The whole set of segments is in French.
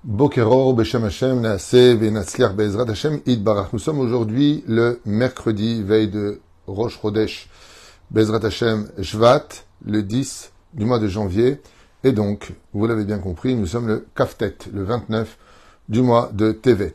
Bokeror, Beshem Hashem, Naaseh, Venatzliach, Be'ezrat Hashem, Idbarach. Nous sommes aujourd'hui le mercredi, veille de Rosh Chodesh, Be'ezrat Hashem, Shvat, le 10 du mois de janvier. Et donc, vous l'avez bien compris, nous sommes le Kaftet, le 29 du mois de Tevet.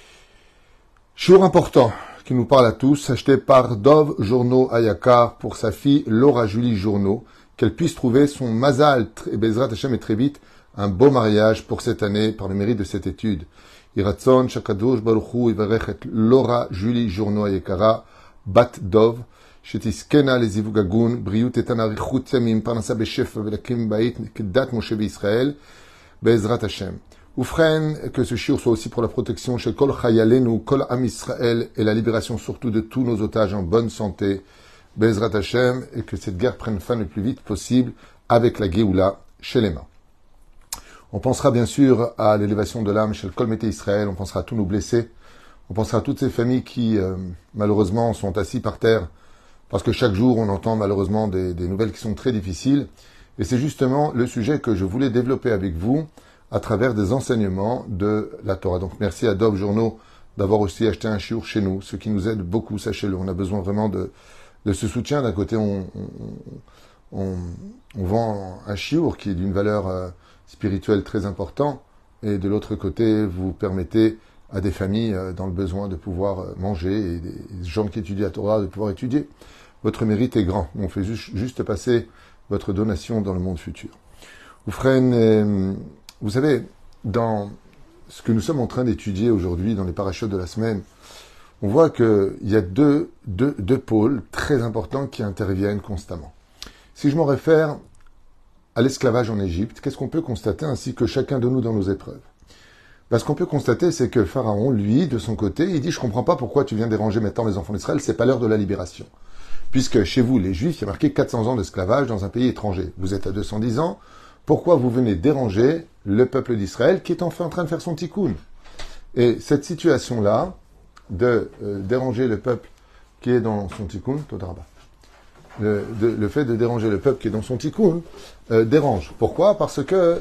Jour important qui nous parle à tous, acheté par Dov Journo Ayakar pour sa fille Laura Julie Journo, qu'elle puisse trouver son Mazal, et Be'ezrat Hashem et très vite, un beau mariage pour cette année par le mérite de cette étude. Iratzon Shakadosh Baruchu Ivarechet Laura Julie Journo Ayekara Bat Dov Shetiskena Lezivugagun Briut Etana Richut Yamim Parnasa Beshef Velakim Bait Kedat Moshe Israël Be'ezrat Hashem. Oufren, que ce shiur soit aussi pour la protection chez Kol Chayalenu, Kol Am Israël et la libération surtout de tous nos otages en bonne santé. Be'ezrat Hashem, et que cette guerre prenne fin le plus vite possible avec la Géoula chez les mains. On pensera bien sûr à l'élévation de l'âme chez le Kol Mété Israël, on pensera à tous nos blessés, on pensera à toutes ces familles qui, malheureusement, sont assis par terre, parce que chaque jour, on entend malheureusement des nouvelles qui sont très difficiles. Et c'est justement le sujet que je voulais développer avec vous à travers des enseignements de la Torah. Donc merci à Dov Journo d'avoir aussi acheté un shiur chez nous, ce qui nous aide beaucoup, sachez-le. On a besoin vraiment de ce soutien. D'un côté, on vend un shiur qui est d'une valeur spirituel très important, et de l'autre côté, vous permettez à des familles dans le besoin de pouvoir manger, et des gens qui étudient la Torah de pouvoir étudier. Votre mérite est grand. On fait juste passer votre donation dans le monde futur. Oufren, vous savez, dans ce que nous sommes en train d'étudier aujourd'hui, dans les parachutes de la semaine, on voit qu'il y a deux pôles très importants qui interviennent constamment. Si je m'en réfère à l'esclavage en Égypte, qu'est-ce qu'on peut constater ainsi que chacun de nous dans nos épreuves? Ce qu'on peut constater, c'est que Pharaon, lui, de son côté, il dit « Je comprends pas pourquoi tu viens déranger maintenant les enfants d'Israël, c'est pas l'heure de la libération. » Puisque chez vous, les Juifs, il y a marqué 400 ans d'esclavage dans un pays étranger. Vous êtes à 210 ans, pourquoi vous venez déranger le peuple d'Israël qui est enfin en train de faire son tikkun? Et cette situation-là, de déranger le peuple qui est dans son tikkun, Todarabah. Le fait de déranger le peuple qui est dans son tikkun dérange. Pourquoi? Parce que,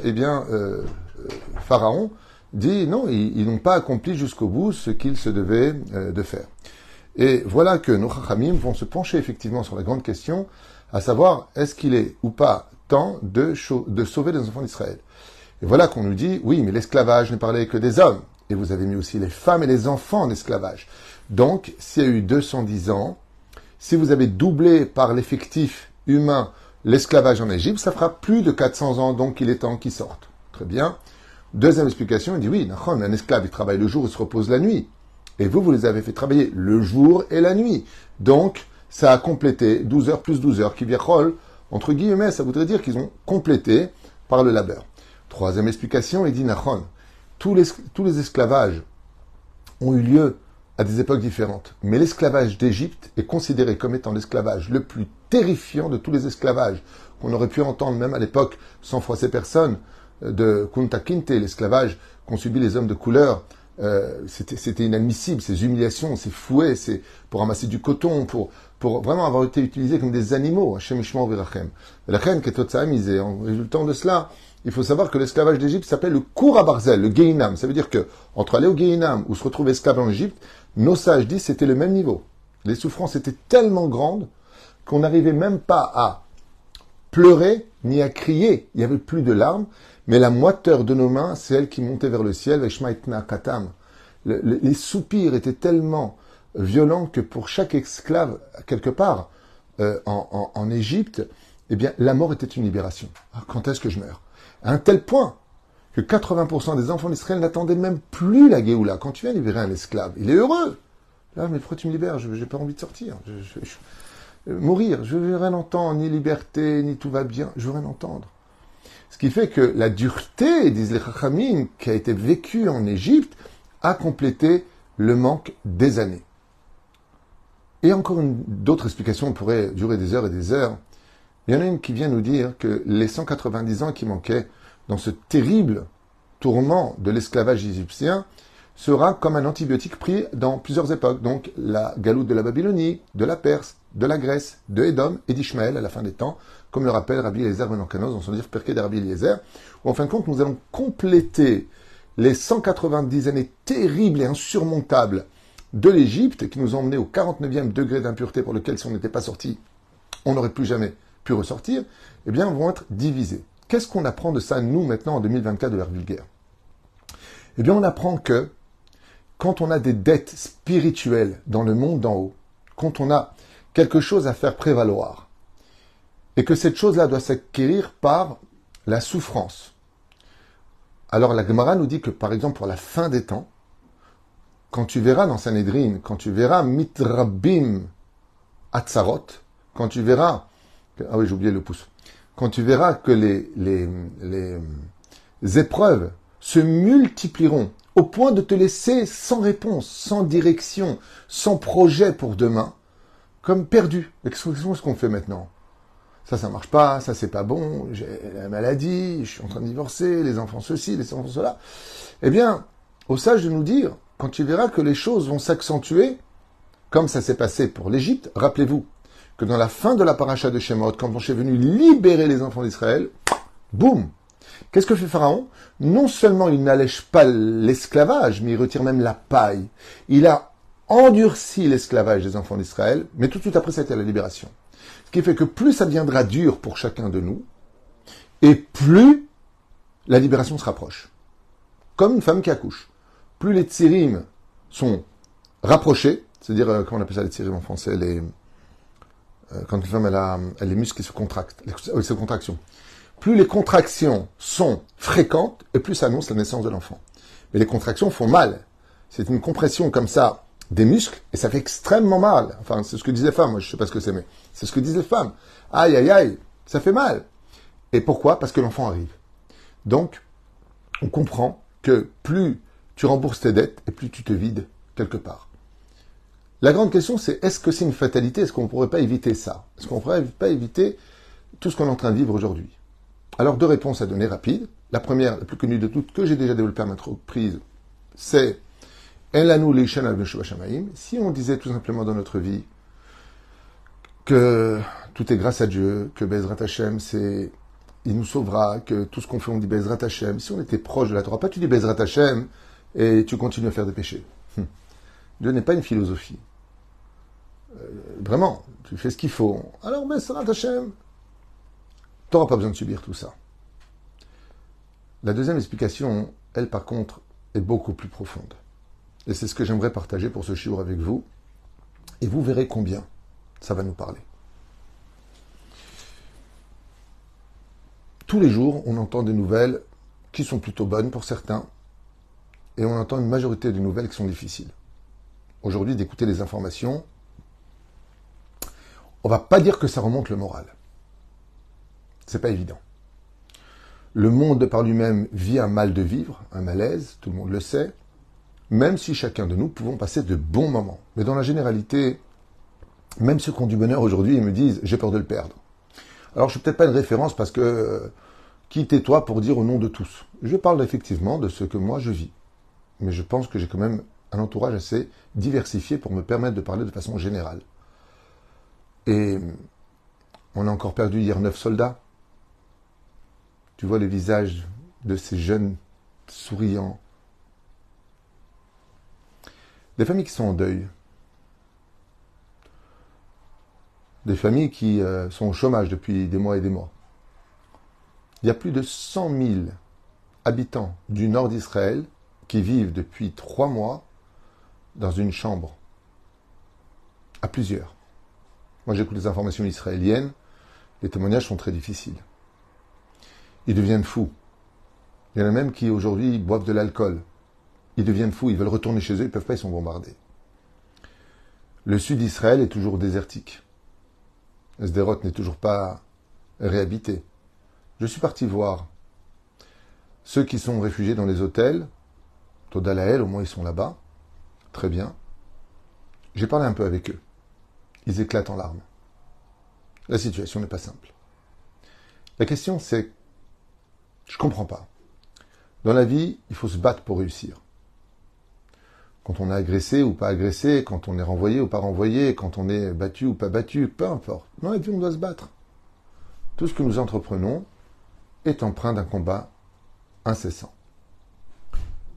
Pharaon dit non, ils n'ont pas accompli jusqu'au bout ce qu'ils se devaient de faire. Et voilà que nos chachamim vont se pencher effectivement sur la grande question, à savoir, est-ce qu'il est ou pas temps de sauver les enfants d'Israël? Et voilà qu'on nous dit, oui, mais l'esclavage ne parlait que des hommes. Et vous avez mis aussi les femmes et les enfants en esclavage. Donc, s'il y a eu 210 ans, si vous avez doublé par l'effectif humain l'esclavage en Égypte, ça fera plus de 400 ans, donc il est temps qu'il sorte. Très bien. Deuxième explication, il dit oui, un esclave, il travaille le jour, il se repose la nuit. Et vous les avez fait travailler le jour et la nuit. Donc, ça a complété 12 heures plus 12 heures, qui viachol, entre guillemets, ça voudrait dire qu'ils ont complété par le labeur. Troisième explication, il dit Nachon, tous les esclavages ont eu lieu à des époques différentes. Mais l'esclavage d'Égypte est considéré comme étant l'esclavage le plus terrifiant de tous les esclavages qu'on aurait pu entendre même à l'époque sans froisser personne, de Kunta Kinte, l'esclavage qu'ont subi les hommes de couleur. C'était inadmissible, ces humiliations, ces fouets, c'est pour ramasser du coton, pour vraiment avoir été utilisés comme des animaux. Hashem Yishmor Virachem. La reine Ketotsa misé. En résultant de cela, il faut savoir que l'esclavage d'Égypte s'appelle le Kour à Barzel, le Gehinam. Ça veut dire que entre aller au Gehinam ou se retrouver esclave en Égypte, nos sages disent que c'était le même niveau. Les souffrances étaient tellement grandes qu'on n'arrivait même pas à pleurer ni à crier. Il n'y avait plus de larmes, mais la moiteur de nos mains, c'est elle qui montait vers le ciel. Les soupirs étaient tellement violents que pour chaque esclave, quelque part, en Égypte, eh bien, la mort était une libération. Quand est-ce que je meurs? À un tel point que 80% des enfants d'Israël n'attendaient même plus la Géoula. Quand tu viens libérer un esclave, il est heureux. Là, mais pourquoi tu me libères? Je n'ai pas envie de sortir. Mourir, je ne veux rien entendre, ni liberté, ni tout va bien, je veux rien entendre. Ce qui fait que la dureté, disent les Chachamim, qui a été vécue en Égypte, a complété le manque des années. Et encore d'autres explications, on pourrait durer des heures et des heures. Il y en a une qui vient nous dire que les 190 ans qui manquaient dans ce terrible tourment de l'esclavage égyptien sera comme un antibiotique pris dans plusieurs époques. Donc la galoute de la Babylonie, de la Perse, de la Grèce, de Édom et d'Ishmaël à la fin des temps, comme le rappelle Rabbi Eliezer ben Orkanos dans son livre Perkei de Rabbi Eliezer, où en fin de compte nous allons compléter les 190 années terribles et insurmontables de l'Égypte, qui nous ont emmenés au 49e degré d'impureté pour lequel, si on n'était pas sorti, on n'aurait plus jamais pu ressortir, eh bien, vont être divisés. Qu'est-ce qu'on apprend de ça, nous, maintenant, en 2024, de l'ère vulgaire? Eh bien, on apprend que quand on a des dettes spirituelles dans le monde d'en haut, quand on a quelque chose à faire prévaloir, et que cette chose-là doit s'acquérir par la souffrance. Alors la Gemara nous dit que, par exemple, pour la fin des temps, quand tu verras dans Sanhedrin, quand tu verras Mitrabim Atzarot, quand tu verras, ah oui, j'ai oublié le pouce, quand tu verras que les épreuves se multiplieront au point de te laisser sans réponse, sans direction, sans projet pour demain, comme perdu. Mais qu'est-ce qu'on fait maintenant? Ça marche pas, ça c'est pas bon, j'ai la maladie, je suis en train de divorcer, les enfants ceci, les enfants cela. Eh bien, au sage de nous dire, quand tu verras que les choses vont s'accentuer, comme ça s'est passé pour l'Égypte, rappelez-vous que dans la fin de la paracha de Shemot, quand Moshe est venu libérer les enfants d'Israël, boum! Qu'est-ce que fait Pharaon? Non seulement il n'allège pas l'esclavage, mais il retire même la paille. Il a endurci l'esclavage des enfants d'Israël, mais tout de suite après, ça a été la libération. Ce qui fait que plus ça deviendra dur pour chacun de nous, et plus la libération se rapproche. Comme une femme qui accouche. Plus les tsirim sont rapprochés, c'est-à-dire, comment on appelle ça les tsirim en français, quand une femme elle a les muscles qui se contractent, les contractions. Plus les contractions sont fréquentes, et plus ça annonce la naissance de l'enfant. Mais les contractions font mal. C'est une compression comme ça des muscles, et ça fait extrêmement mal. Enfin, c'est ce que disent les femmes, moi je sais pas ce que c'est, mais c'est ce que disent les femmes. Aïe, aïe, aïe, ça fait mal. Et pourquoi? Parce que l'enfant arrive. Donc, on comprend que plus tu rembourses tes dettes, et plus tu te vides quelque part. La grande question, c'est est-ce que c'est une fatalité? Est-ce qu'on ne pourrait pas éviter ça? Est-ce qu'on ne pourrait pas éviter tout ce qu'on est en train de vivre aujourd'hui? Alors, deux réponses à donner rapides. La première, la plus connue de toutes, que j'ai déjà développée à ma entreprise, c'est si on disait tout simplement dans notre vie que tout est grâce à Dieu, que Bezrat Hashem, il nous sauvera, que tout ce qu'on fait, on dit Bezrat Hashem. Si on était proche de la Torah, pas tu dis Bezrat Hashem et tu continues à faire des péchés. Dieu n'est pas une philosophie. Vraiment, tu fais ce qu'il faut. Alors Bezrat Hashem, tu n'auras pas besoin de subir tout ça. La deuxième explication, elle par contre, est beaucoup plus profonde. Et c'est ce que j'aimerais partager pour ce shiur avec vous. Et vous verrez combien ça va nous parler. Tous les jours, on entend des nouvelles qui sont plutôt bonnes pour certains, et on entend une majorité de nouvelles qui sont difficiles. Aujourd'hui, d'écouter les informations, on va pas dire que ça remonte le moral. C'est pas évident. Le monde par lui-même vit un mal de vivre, un malaise, tout le monde le sait, même si chacun de nous pouvons passer de bons moments. Mais dans la généralité, même ceux qui ont du bonheur aujourd'hui, ils me disent « j'ai peur de le perdre ». Alors, je ne suis peut-être pas une référence parce que qui t'es-toi pour dire au nom de tous? Je parle effectivement de ce que moi je vis. Mais je pense que j'ai quand même un entourage assez diversifié pour me permettre de parler de façon générale. Et on a encore perdu hier 9 soldats. Tu vois les visages de ces jeunes souriants. Des familles qui sont en deuil. Des familles qui sont au chômage depuis des mois et des mois. Il y a plus de 100 000 habitants du nord d'Israël qui vivent depuis 3 mois dans une chambre. À plusieurs. Moi, j'écoute les informations israéliennes. Les témoignages sont très difficiles. Ils deviennent fous. Il y en a même qui, aujourd'hui, boivent de l'alcool. Ils deviennent fous. Ils veulent retourner chez eux. Ils ne peuvent pas. Ils sont bombardés. Le sud d'Israël est toujours désertique. Sderot n'est toujours pas réhabité. Je suis parti voir ceux qui sont réfugiés dans les hôtels. Toda Lael, au moins ils sont là-bas. Très bien. J'ai parlé un peu avec eux. Ils éclatent en larmes. La situation n'est pas simple. La question c'est, je comprends pas. Dans la vie, il faut se battre pour réussir. Quand on est agressé ou pas agressé, quand on est renvoyé ou pas renvoyé, quand on est battu ou pas battu, peu importe. Dans la vie, on doit se battre. Tout ce que nous entreprenons est empreint d'un combat incessant.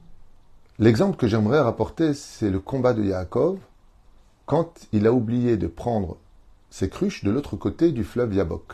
L'exemple que j'aimerais rapporter, c'est le combat de Yaakov quand il a oublié de prendre ses cruches de l'autre côté du fleuve Yabok.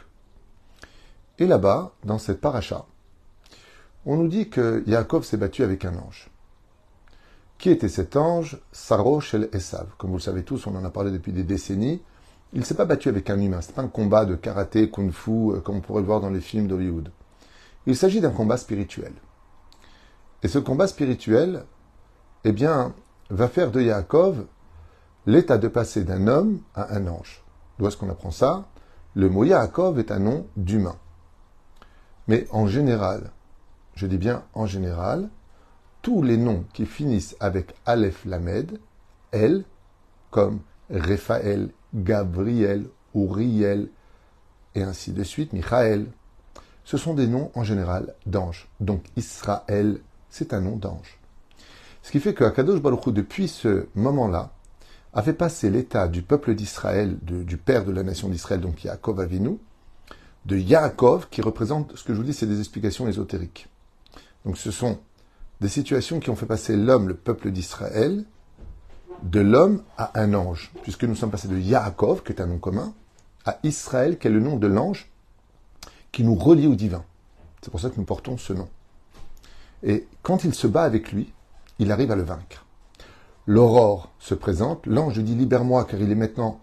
Et là-bas, dans cette paracha, on nous dit que Yaakov s'est battu avec un ange. Qui était cet ange? Saro Shel Esav. Comme vous le savez tous, on en a parlé depuis des décennies. Il ne s'est pas battu avec un humain. Ce n'est pas un combat de karaté, kung-fu, comme on pourrait le voir dans les films d'Hollywood. Il s'agit d'un combat spirituel. Et ce combat spirituel, eh bien, va faire de Yaakov l'état de passer d'un homme à un ange. D'où est-ce qu'on apprend ça? Le mot Yaakov est un nom d'humain. Mais en général, je dis bien en général, tous les noms qui finissent avec Aleph Lamed, El, comme Raphaël, Gabriel, Uriel, et ainsi de suite, Michael, ce sont des noms en général d'anges. Donc Israël, c'est un nom d'ange. Ce qui fait que Akadosh Baruch Hu, depuis ce moment-là, a fait passer l'état du peuple d'Israël, du père de la nation d'Israël, donc Yaakov Avinu, de Yaakov, qui représente, ce que je vous dis, c'est des explications ésotériques. Donc ce sont des situations qui ont fait passer l'homme, le peuple d'Israël, de l'homme à un ange, puisque nous sommes passés de Yaakov, qui est un nom commun, à Israël, qui est le nom de l'ange, qui nous relie au divin. C'est pour ça que nous portons ce nom. Et quand il se bat avec lui, il arrive à le vaincre. L'aurore se présente, l'ange dit « Libère-moi, car il est maintenant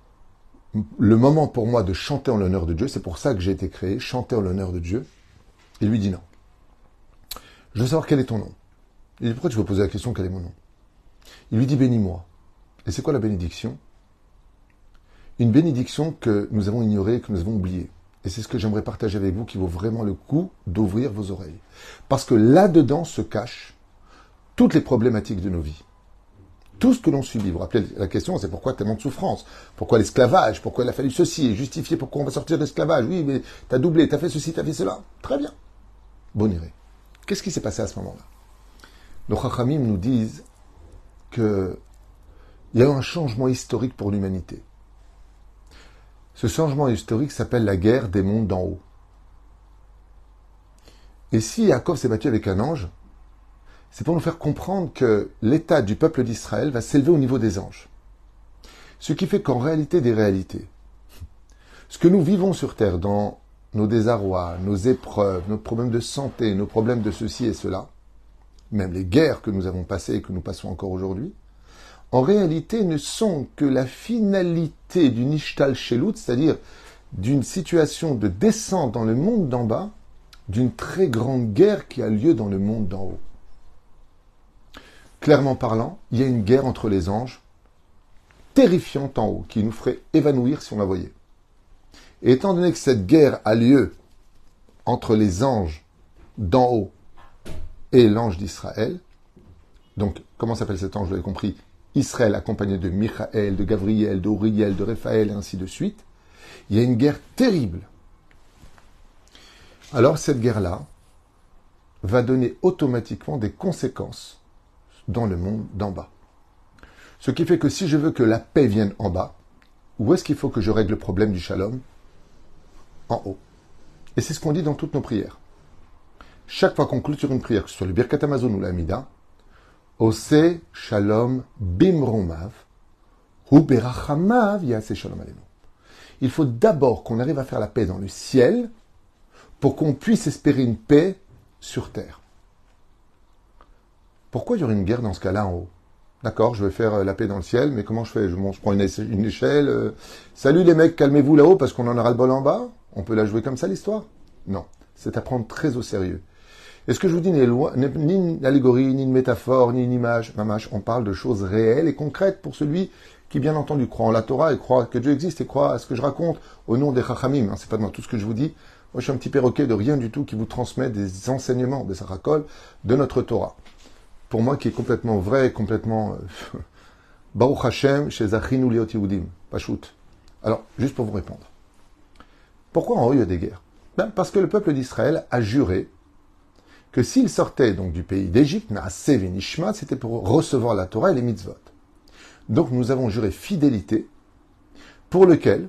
le moment pour moi de chanter en l'honneur de Dieu. C'est pour ça que j'ai été créé, chanter en l'honneur de Dieu. » Il lui dit non. Je veux savoir quel est ton nom. Il dit, pourquoi tu veux poser la question, quel est mon nom? Il lui dit, bénis-moi. Et c'est quoi la bénédiction? Une bénédiction que nous avons ignorée, que nous avons oubliée. Et c'est ce que j'aimerais partager avec vous, qui vaut vraiment le coup d'ouvrir vos oreilles. Parce que là-dedans se cachent toutes les problématiques de nos vies. Tout ce que l'on subit. Vous vous rappelez, la question, c'est pourquoi tellement de souffrance? Pourquoi l'esclavage? Pourquoi il a fallu ceci? Et justifier pourquoi on va sortir de l'esclavage? Oui, mais t'as doublé, t'as fait ceci, t'as fait cela. Très bien. Bon iré. Qu'est-ce qui s'est passé à ce moment-là? Nos Chachamim nous disent qu'il y a eu un changement historique pour l'humanité. Ce changement historique s'appelle la guerre des mondes d'en haut. Et si Yaakov s'est battu avec un ange, c'est pour nous faire comprendre que l'état du peuple d'Israël va s'élever au niveau des anges. Ce qui fait qu'en réalité des réalités, ce que nous vivons sur Terre dans nos désarrois, nos épreuves, nos problèmes de santé, nos problèmes de ceci et cela, même les guerres que nous avons passées et que nous passons encore aujourd'hui, en réalité ne sont que la finalité d'une ishtal shelut, c'est-à-dire d'une situation de descente dans le monde d'en bas, d'une très grande guerre qui a lieu dans le monde d'en haut. Clairement parlant, il y a une guerre entre les anges, terrifiante en haut, qui nous ferait évanouir si on la voyait. Et étant donné que cette guerre a lieu entre les anges d'en haut et l'ange d'Israël, donc comment s'appelle cet ange, vous l'avez compris, Israël accompagné de Michael, de Gabriel, de Uriel, de Raphaël, et ainsi de suite, il y a une guerre terrible. Alors cette guerre-là va donner automatiquement des conséquences dans le monde d'en bas. Ce qui fait que si je veux que la paix vienne en bas, où est-ce qu'il faut que je règle le problème du shalom? En haut. Et c'est ce qu'on dit dans toutes nos prières. Chaque fois qu'on clôture une prière, que ce soit le Birkat Hamazon ou l'Amida, Ose Shalom Bimromav, Hu Berachamav Yase Shalom Aleinu. Il faut d'abord qu'on arrive à faire la paix dans le ciel pour qu'on puisse espérer une paix sur terre. Pourquoi il y aurait une guerre dans ce cas-là en haut? D'accord, je vais faire la paix dans le ciel, mais comment je fais? Je prends une échelle. Salut les mecs, calmez-vous là-haut parce qu'on en aura le bol en bas. On peut la jouer comme ça l'histoire? Non, c'est à prendre très au sérieux. Et ce que je vous dis n'est ni une allégorie, ni une métaphore, ni une image. Mamash, on parle de choses réelles et concrètes pour celui qui, bien entendu, croit en la Torah et croit que Dieu existe et croit à ce que je raconte au nom des Chachamim. C'est pas dans tout ce que je vous dis. Moi, je suis un petit perroquet de rien du tout qui vous transmet des enseignements de Sarakol, de notre Torah. Pour moi, qui est complètement vrai, complètement Baruch Hashem chez Zachinu Liot Yehudim, Pachout. Alors, juste pour vous répondre. Pourquoi en haut il y a des guerres? Parce que le peuple d'Israël a juré que s'il sortait donc du pays d'Égypte, Naaseh Venishma, c'était pour recevoir la Torah et les mitzvot. Donc nous avons juré fidélité, pour lequel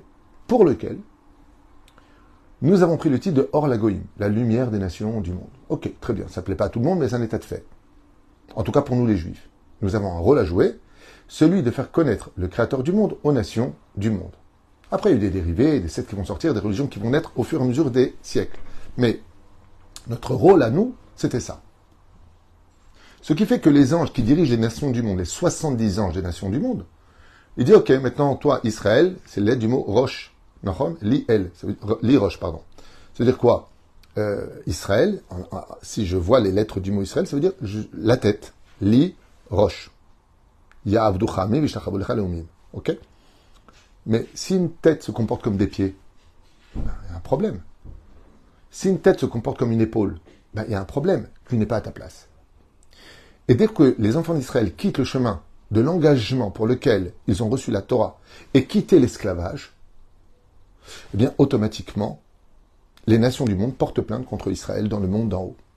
nous avons pris le titre de Or Lagoïm, la lumière des nations du monde. Ok, très bien, ça ne plaît pas à tout le monde, mais c'est un état de fait. En tout cas pour nous les Juifs. Nous avons un rôle à jouer, celui de faire connaître le Créateur du monde aux nations du monde. Après, il y a eu des dérivés, des sectes qui vont sortir, des religions qui vont naître au fur et à mesure des siècles. Mais notre rôle à nous, c'était ça. Ce qui fait que les anges qui dirigent les nations du monde, les 70 anges des nations du monde, ils disent, ok, maintenant, toi, Israël, c'est l'aide du mot Rosh. Li Rosh, pardon. Ça veut dire quoi? Israël, si je vois les lettres du mot Israël, ça veut dire la tête. Li Rosh. Ya Avduchami Vishachabolecha Leumim. Ok? Mais si une tête se comporte comme des pieds, il y a un problème. Si une tête se comporte comme une épaule, il y a un problème. Tu n'es pas à ta place. Et dès que les enfants d'Israël quittent le chemin de l'engagement pour lequel ils ont reçu la Torah et quitté l'esclavage, eh bien, automatiquement, les nations du monde portent plainte contre Israël dans le monde d'en haut.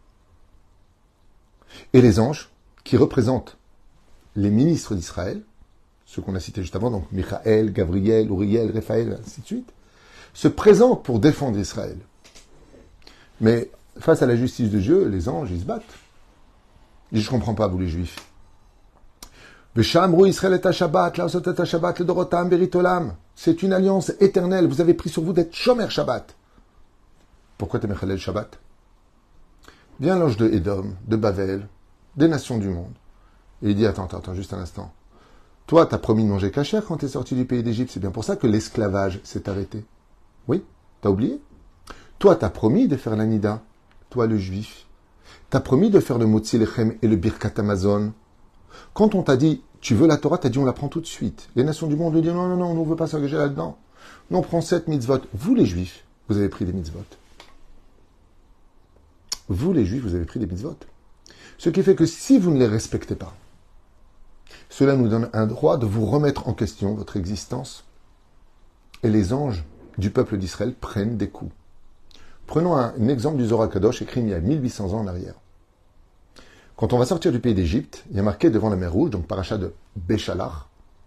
Et les anges, qui représentent les ministres d'Israël, ceux qu'on a cités juste avant, donc Michaël, Gabriel, Uriel, Raphaël, ainsi de suite, se présentent pour défendre Israël. Mais face à la justice de Dieu, les anges, ils se battent. Ils disent, je ne comprends pas, vous les Juifs. C'est une alliance éternelle. Vous avez pris sur vous d'être Shomer Shabbat. Pourquoi t'es Mechalel Shabbat? Vient l'ange de Édom, de Bavel, des nations du monde. Et il dit, attends, juste un instant. Toi, t'as promis de manger kasher quand t'es sorti du pays d'Égypte. C'est bien pour ça que l'esclavage s'est arrêté. Oui, t'as oublié? Toi, t'as promis de faire l'anida. Toi, le juif. T'as promis de faire le Motzi Lechem et le Birkat Hamazon. Quand on t'a dit, tu veux la Torah, t'as dit, on la prend tout de suite. Les nations du monde lui disent, non, on ne veut pas s'engager là-dedans. Nous, on prend 7 mitzvot. Vous, les juifs, vous avez pris des mitzvot. Vous, les juifs, vous avez pris des mitzvot. Ce qui fait que si vous ne les respectez pas, cela nous donne un droit de vous remettre en question, votre existence. Et les anges du peuple d'Israël prennent des coups. Prenons un exemple du Zohar Kadosh écrit il y a 1800 ans en arrière. Quand on va sortir du pays d'Égypte, il y a marqué devant la mer Rouge, donc paracha de Béchalach,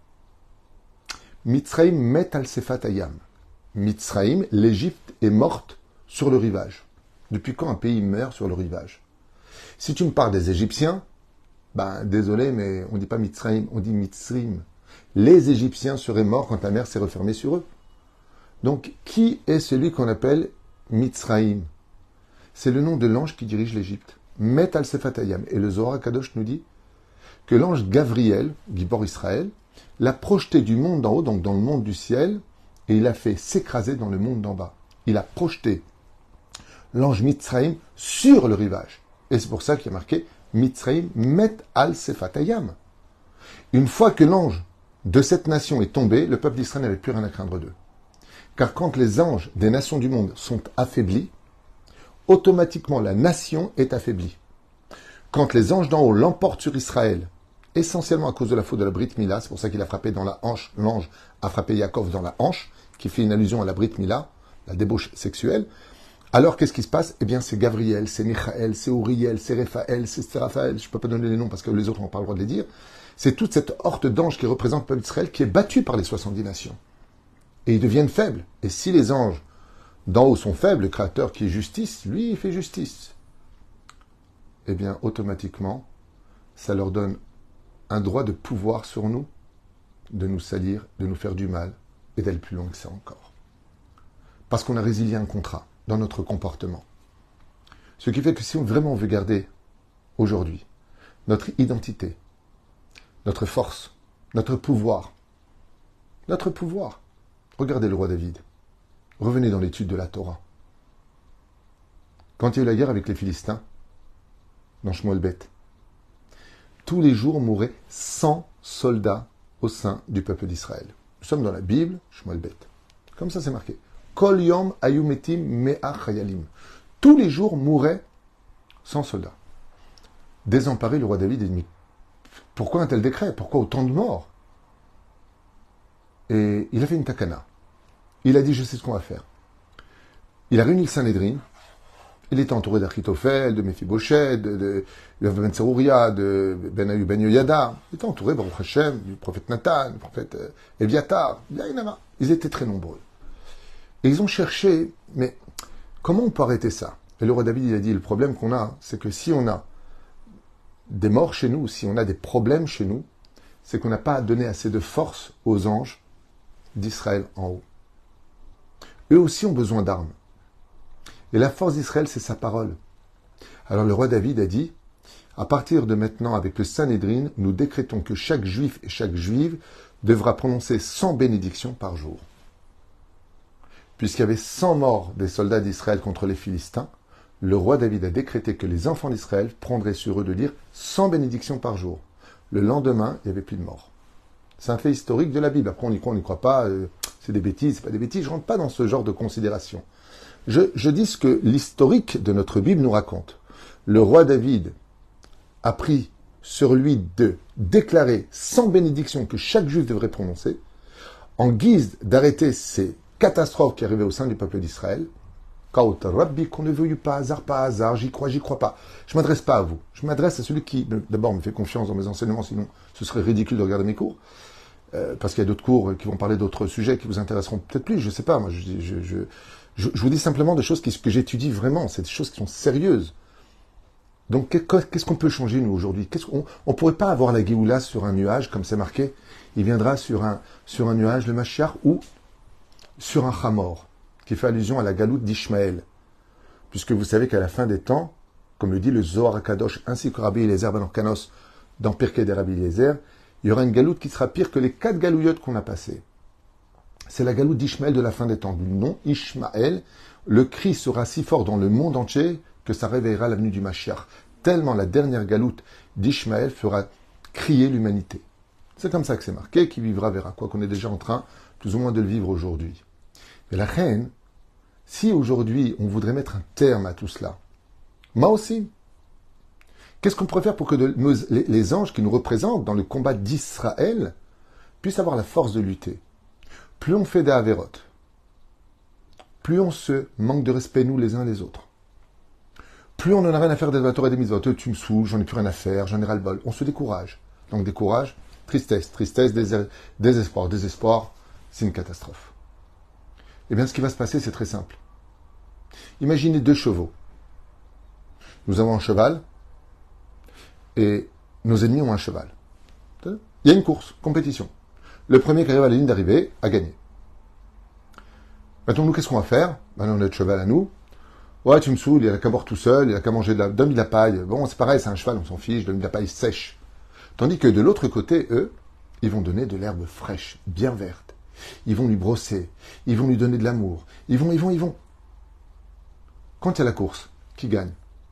Mitzraïm met al sefat hayam. Mitzraïm, l'Égypte est morte sur le rivage. Depuis quand un pays meurt sur le rivage? Si tu me parles des Égyptiens, désolé, mais on ne dit pas Mitzraïm, on dit Mitzrim. Les Égyptiens seraient morts quand la mer s'est refermée sur eux. Donc, qui est celui qu'on appelle Mitzraïm? C'est le nom de l'ange qui dirige l'Égypte. Met al sefat hayam. Et le Zohar Kadosh nous dit que l'ange Gavriel, Gibor Israël, l'a projeté du monde d'en haut, donc dans le monde du ciel, et il l'a fait s'écraser dans le monde d'en bas. Il a projeté l'ange Mitzraïm sur le rivage. Et c'est pour ça qu'il y a marqué Mitzraïm met al sefat hayam. Une fois que l'ange de cette nation est tombé, le peuple d'Israël n'avait plus rien à craindre d'eux. Car quand les anges des nations du monde sont affaiblis, automatiquement la nation est affaiblie. Quand les anges d'en haut l'emportent sur Israël, essentiellement à cause de la faute de la Brit Mila, c'est pour ça qu'il a frappé dans la hanche, l'ange a frappé Yaakov dans la hanche, qui fait une allusion à la Brit Mila, la débauche sexuelle. Alors qu'est-ce qui se passe? Eh bien c'est Gavriel, c'est Michaël, c'est Uriel, c'est Raphaël, c'est Raphaël, je ne peux pas donner les noms parce que les autres n'ont pas le droit de les dire. C'est toute cette horde d'anges qui représente le peuple d'Israël qui est battue par les 70 nations. Et ils deviennent faibles. Et si les anges d'en haut sont faibles, le Créateur qui est justice, lui, il fait justice. Eh bien, automatiquement, ça leur donne un droit de pouvoir sur nous, de nous salir, de nous faire du mal, et d'aller plus loin que ça encore. Parce qu'on a résilié un contrat dans notre comportement. Ce qui fait que si on vraiment veut garder, aujourd'hui, notre identité, notre force, notre pouvoir, regardez le roi David. Revenez dans l'étude de la Torah. Quand il y a eu la guerre avec les Philistins, dans Shmuel Bet, tous les jours mouraient 100 soldats au sein du peuple d'Israël. Nous sommes dans la Bible, Shmuel Bet. Comme ça c'est marqué. Kol yom ayumetim me'ach chayalim. Tous les jours mouraient 100 soldats. Désemparé, le roi David dit, mais pourquoi un tel décret? Pourquoi autant de morts? Et il a fait une takana. Il a dit, je sais ce qu'on va faire. Il a réuni le Sanhédrin. Il était entouré d'Achitophel, de Mephibosheth, de Ben Tserouria, de Ben Ayu Ben Yoyada. Il était entouré, Baruch Hashem, du prophète Nathan, du prophète Eviatar. Ils étaient très nombreux. Et ils ont cherché, mais comment on peut arrêter ça? Et le roi David, il a dit, le problème qu'on a, c'est que si on a des morts chez nous, si on a des problèmes chez nous, c'est qu'on n'a pas donné assez de force aux anges d'Israël en haut. Eux aussi ont besoin d'armes. Et la force d'Israël, c'est sa parole. Alors le roi David a dit, à partir de maintenant, avec le Sanhédrin, nous décrétons que chaque juif et chaque juive devra prononcer 100 bénédictions par jour. Puisqu'il y avait 100 morts des soldats d'Israël contre les Philistins, le roi David a décrété que les enfants d'Israël prendraient sur eux de dire 100 bénédictions par jour. Le lendemain, il n'y avait plus de morts. C'est un fait historique de la Bible. Après, on n'y croit pas, c'est des bêtises, c'est pas des bêtises. Je ne rentre pas dans ce genre de considération. Je dis ce que l'historique de notre Bible nous raconte. Le roi David a pris sur lui de déclarer 100 bénédictions que chaque juif devrait prononcer, en guise d'arrêter ces catastrophes qui arrivaient au sein du peuple d'Israël. Kaot Rabbi, qu'on ne veuille pas hasard, j'y crois pas. Je m'adresse pas à vous. Je m'adresse à celui qui, d'abord, me fait confiance dans mes enseignements, sinon ce serait ridicule de regarder mes cours. Parce qu'il y a d'autres cours qui vont parler d'autres sujets qui vous intéresseront peut-être plus, je sais pas. Moi, je vous dis simplement des choses que j'étudie vraiment. C'est des choses qui sont sérieuses. Donc, qu'est-ce qu'on peut changer, nous, aujourd'hui? On pourrait pas avoir la Géoula sur un nuage, comme c'est marqué. Il viendra sur un nuage, le Mashiach, ou sur un Hamor, qui fait allusion à la galoute d'Ishmaël. Puisque vous savez qu'à la fin des temps, comme le dit le Zohar HaKadosh, ainsi que Rabbi Eliezer ben Orkanos, dans Pirkei des Rabbi Eliezer, il y aura une galoute qui sera pire que les 4 galouillottes qu'on a passées. C'est la galoute d'Ishmaël de la fin des temps. Du nom Ishmaël, le cri sera si fort dans le monde entier que ça réveillera l'avenue du Mashiach. Tellement la dernière galoute d'Ishmaël fera crier l'humanité. C'est comme ça que c'est marqué, qui vivra verra, quoi qu'on est déjà en train, plus ou moins, de le vivre aujourd'hui. Mais la reine, si aujourd'hui on voudrait mettre un terme à tout cela, moi aussi, qu'est-ce qu'on pourrait faire pour que les anges qui nous représentent dans le combat d'Israël puissent avoir la force de lutter? Plus on fait des avérotes, plus on se manque de respect nous les uns les autres, plus on n'en a rien à faire des Torah et des mitzvot. Tu me saoules, j'en ai plus rien à faire, j'en ai ras le bol. On se décourage. Donc décourage, tristesse, désespoir, c'est une catastrophe. Eh bien, ce qui va se passer, c'est très simple. Imaginez 2 chevaux. Nous avons un cheval et nos ennemis ont un cheval. Il y a une course, compétition. Le premier qui arrive à la ligne d'arrivée a gagné. Maintenant, nous, qu'est-ce qu'on va faire? On a notre cheval à nous. Ouais, tu me saoules, il a qu'à boire tout seul, il a qu'à manger donne-lui de la paille. Bon, c'est pareil, c'est un cheval, on s'en fiche, donne-lui de la paille sèche. Tandis que de l'autre côté, eux, ils vont donner de l'herbe fraîche, bien verte. Ils vont lui brosser, ils vont lui donner de l'amour. Ils vont. Quand il y a la course, qui gagne?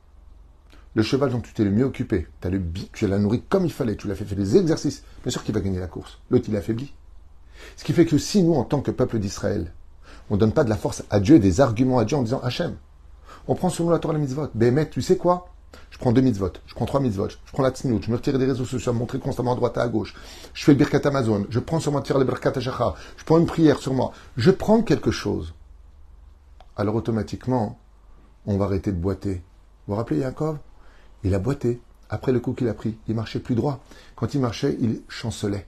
Le cheval dont tu t'es le mieux occupé, tu l'as nourri comme il fallait, tu l'as fait faire des exercices, bien sûr qu'il va gagner la course. L'autre, il affaibli. Ce qui fait que si nous, en tant que peuple d'Israël, on ne donne pas de la force à Dieu, des arguments à Dieu en disant Hachem, on prend selon la Torah les mitzvot. Ben mec, tu sais quoi? Je prends 2 mitzvot, je prends 3 mitzvot, je prends la tzniut, je me retire des réseaux sociaux, montrer constamment à droite et à gauche. Je fais le birkat Amazon, je prends sur moi le birkat Shachar, je prends une prière sur moi. Je prends quelque chose. Alors automatiquement, on va arrêter de boiter. Vous vous rappelez Yaakov? Il a boité. Après le coup qu'il a pris, il marchait plus droit. Quand il marchait, il chancelait.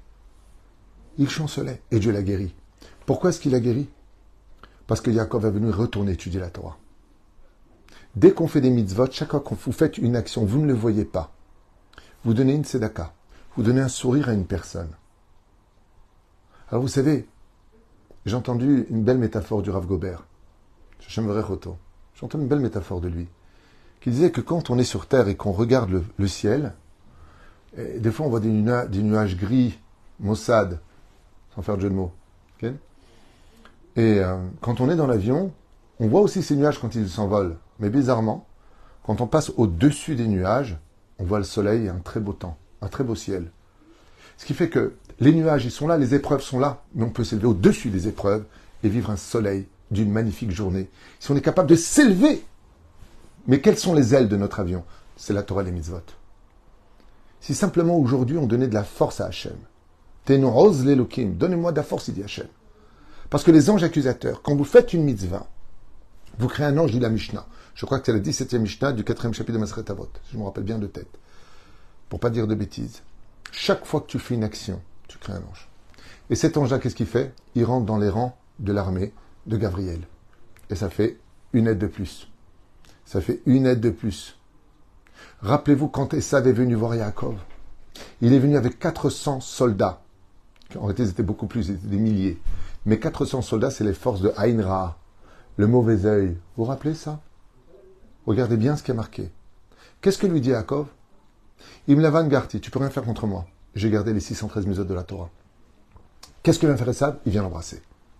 Et Dieu l'a guéri. Pourquoi est-ce qu'il l'a guéri? Parce que Yaakov est venu retourner étudier la Torah. Dès qu'on fait des mitzvot, chaque fois que vous faites une action, vous ne le voyez pas. Vous donnez une tzedaka. Vous donnez un sourire à une personne. Alors vous savez, j'ai entendu une belle métaphore du Rav Gobert. J'ai entendu une belle métaphore de lui. Qui disait que quand on est sur Terre et qu'on regarde le ciel, des fois on voit des nuages gris, maussades, sans faire de jeu de mots. Okay? Et quand on est dans l'avion, on voit aussi ces nuages quand ils s'envolent. Mais bizarrement, quand on passe au-dessus des nuages, on voit le soleil et un très beau temps, un très beau ciel. Ce qui fait que les nuages, ils sont là, les épreuves sont là, mais on peut s'élever au-dessus des épreuves et vivre un soleil d'une magnifique journée. Si on est capable de s'élever, mais quelles sont les ailes de notre avion? C'est la Torah et les mitzvot. Si simplement aujourd'hui on donnait de la force à Hachem, Tenoz l'Elokim, donnez-moi de la force, il dit Hachem. Parce que les anges accusateurs, quand vous faites une mitzvah, vous créez un ange, dit la Mishnah. Je crois que c'est la 17e Mishnah du 4e chapitre de Maseret Avot. Je me rappelle bien de tête. Pour pas dire de bêtises. Chaque fois que tu fais une action, tu crées un ange. Et cet ange-là, qu'est-ce qu'il fait? Il rentre dans les rangs de l'armée de Gabriel. Et ça fait une aide de plus. Rappelez-vous quand Esav est venu voir Yaakov. Il est venu avec 400 soldats. En réalité, ils étaient beaucoup plus, ils étaient des milliers. Mais 400 soldats, c'est les forces de Aïn Ra, le mauvais œil. Vous vous rappelez ça? Regardez bien ce qui est marqué. Qu'est-ce que lui dit Yaakov? Imlavan Garti, tu peux rien faire contre moi. J'ai gardé les 613 mitzvot de la Torah. Qu'est-ce que vient faire Esav? Il vient l'embrasser.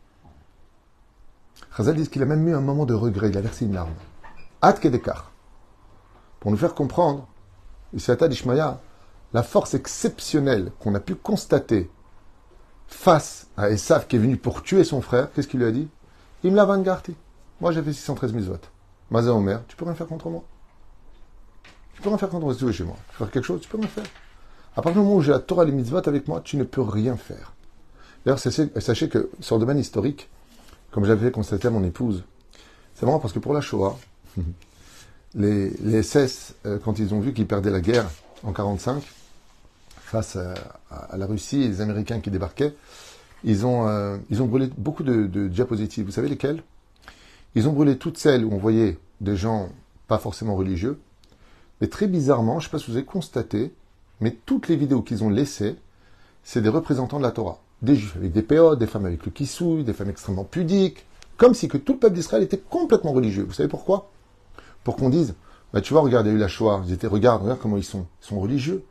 Chazal dit qu'il a même eu un moment de regret, il a versé une larme. Ad Kedekar. Pour nous faire comprendre, ici à Ishmaïa, la force exceptionnelle qu'on a pu constater face à Esav qui est venu pour tuer son frère, qu'est-ce qu'il lui a dit? Imlavan Garti. Moi j'ai fait 613 mitzvot. Maza Omer, tu peux rien faire contre moi. Tu peux rien faire contre moi, tu es chez moi. Tu veux faire quelque chose, tu peux rien faire. À partir du moment où j'ai la Torah et les mitzvot avec moi, tu ne peux rien faire. D'ailleurs, sachez que sur le domaine historique, comme j'avais constaté à mon épouse, c'est marrant parce que pour la Shoah, les SS, quand ils ont vu qu'ils perdaient la guerre en 1945, face à la Russie et les Américains qui débarquaient, ils ont brûlé beaucoup de diapositives. Vous savez lesquelles? Ils ont brûlé toutes celles où on voyait des gens pas forcément religieux, mais très bizarrement, je ne sais pas si vous avez constaté, mais toutes les vidéos qu'ils ont laissées, c'est des représentants de la Torah. Des juifs avec des péotes, des femmes avec le kissouille, des femmes extrêmement pudiques, comme si que tout le peuple d'Israël était complètement religieux. Vous savez pourquoi? Pour qu'on dise, bah, tu vois, regarde, il y a eu la Shoah, ils étaient, regarde comment ils sont religieux.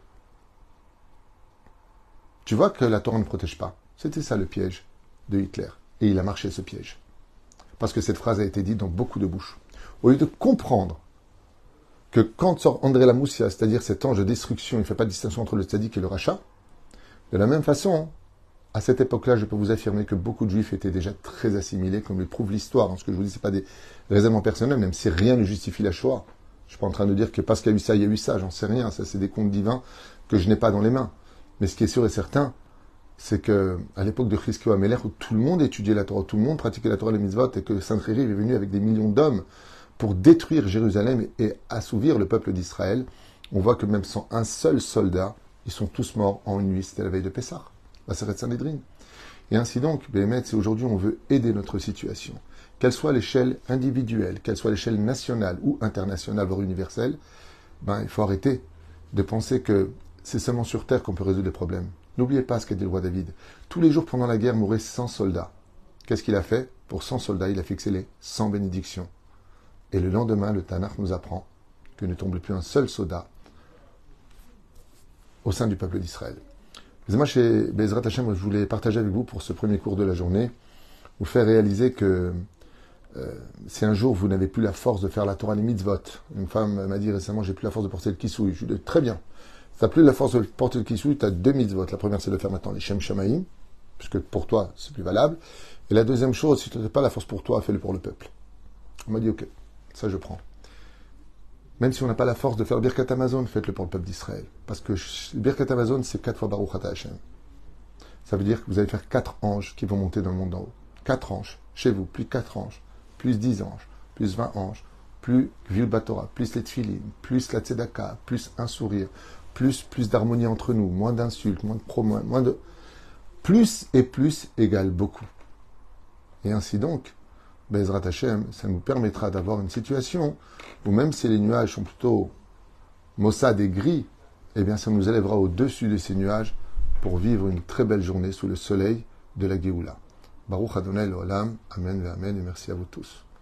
Tu vois que la Torah ne protège pas. C'était ça le piège de Hitler. Et il a marché ce piège. Parce que cette phrase a été dite dans beaucoup de bouches. Au lieu de comprendre que quand sort André Lamoussia, c'est-à-dire cet ange de destruction, il ne fait pas de distinction entre le tzaddik et le rachat, de la même façon, à cette époque-là, je peux vous affirmer que beaucoup de juifs étaient déjà très assimilés, comme le prouve l'histoire. Ce que je vous dis, ce n'est pas des raisonnements personnels, même si rien ne justifie la Shoah. Je ne suis pas en train de dire que parce qu'il y a eu ça, il y a eu ça, j'en sais rien. Ça, c'est des contes divins que je n'ai pas dans les mains. Mais ce qui est sûr et certain, c'est que à l'époque de Chizkiyahu Amelech, où tout le monde étudiait la Torah, tout le monde pratiquait la Torah et les mitzvot, et que Saint-Rérive est venu avec des millions d'hommes pour détruire Jérusalem et assouvir le peuple d'Israël, on voit que même sans un seul soldat, ils sont tous morts en une nuit. C'était la veille de Pessah, la Seret Sanhedrin. Et ainsi donc, Béhémet, si aujourd'hui on veut aider notre situation, qu'elle soit à l'échelle individuelle, qu'elle soit à l'échelle nationale ou internationale, voire universelle, il faut arrêter de penser que c'est seulement sur Terre qu'on peut résoudre les problèmes. N'oubliez pas ce qu'a dit le roi David. Tous les jours pendant la guerre mouraient 100 soldats. Qu'est-ce qu'il a fait? Pour 100 soldats, il a fixé les 100 bénédictions. Et le lendemain, le Tanakh nous apprend que ne tombe plus un seul soldat au sein du peuple d'Israël. Moi, chez Bezrat Hashem, je voulais partager avec vous pour ce premier cours de la journée, vous faire réaliser que si un jour vous n'avez plus la force de faire la Torah les mitzvot, une femme m'a dit récemment, j'ai plus la force de porter le kissouille. Je lui ai dit, très bien. Si tu n'as plus la force de porter le kissouille, tu as 2 mitzvot. La première, c'est de faire maintenant les Shem Shamaim, puisque pour toi, c'est plus valable. Et la deuxième chose, si tu n'as pas la force pour toi, fais-le pour le peuple. On m'a dit, ok, ça je prends. Même si on n'a pas la force de faire le Birkat Amazon, faites-le pour le peuple d'Israël. Parce que le Birkat Amazon, c'est 4 fois Baruch Ata Hashem. Ça veut dire que vous allez faire 4 anges qui vont monter dans le monde d'en haut. 4 anges, chez vous, plus 4 anges, plus 10 anges, plus 20 anges, plus Gvil Batora, plus les Tfilin, plus la Tzedaka, plus un sourire, plus d'harmonie entre nous, moins d'insultes, moins de promos, moins de... Plus et plus égale beaucoup. Et ainsi donc, Bezrat Hashem, ça nous permettra d'avoir une situation où même si les nuages sont plutôt maussades et gris, eh bien ça nous élèvera au-dessus de ces nuages pour vivre une très belle journée sous le soleil de la Géoula. Baruch Adonai l'Olam, Amen et Amen, et merci à vous tous.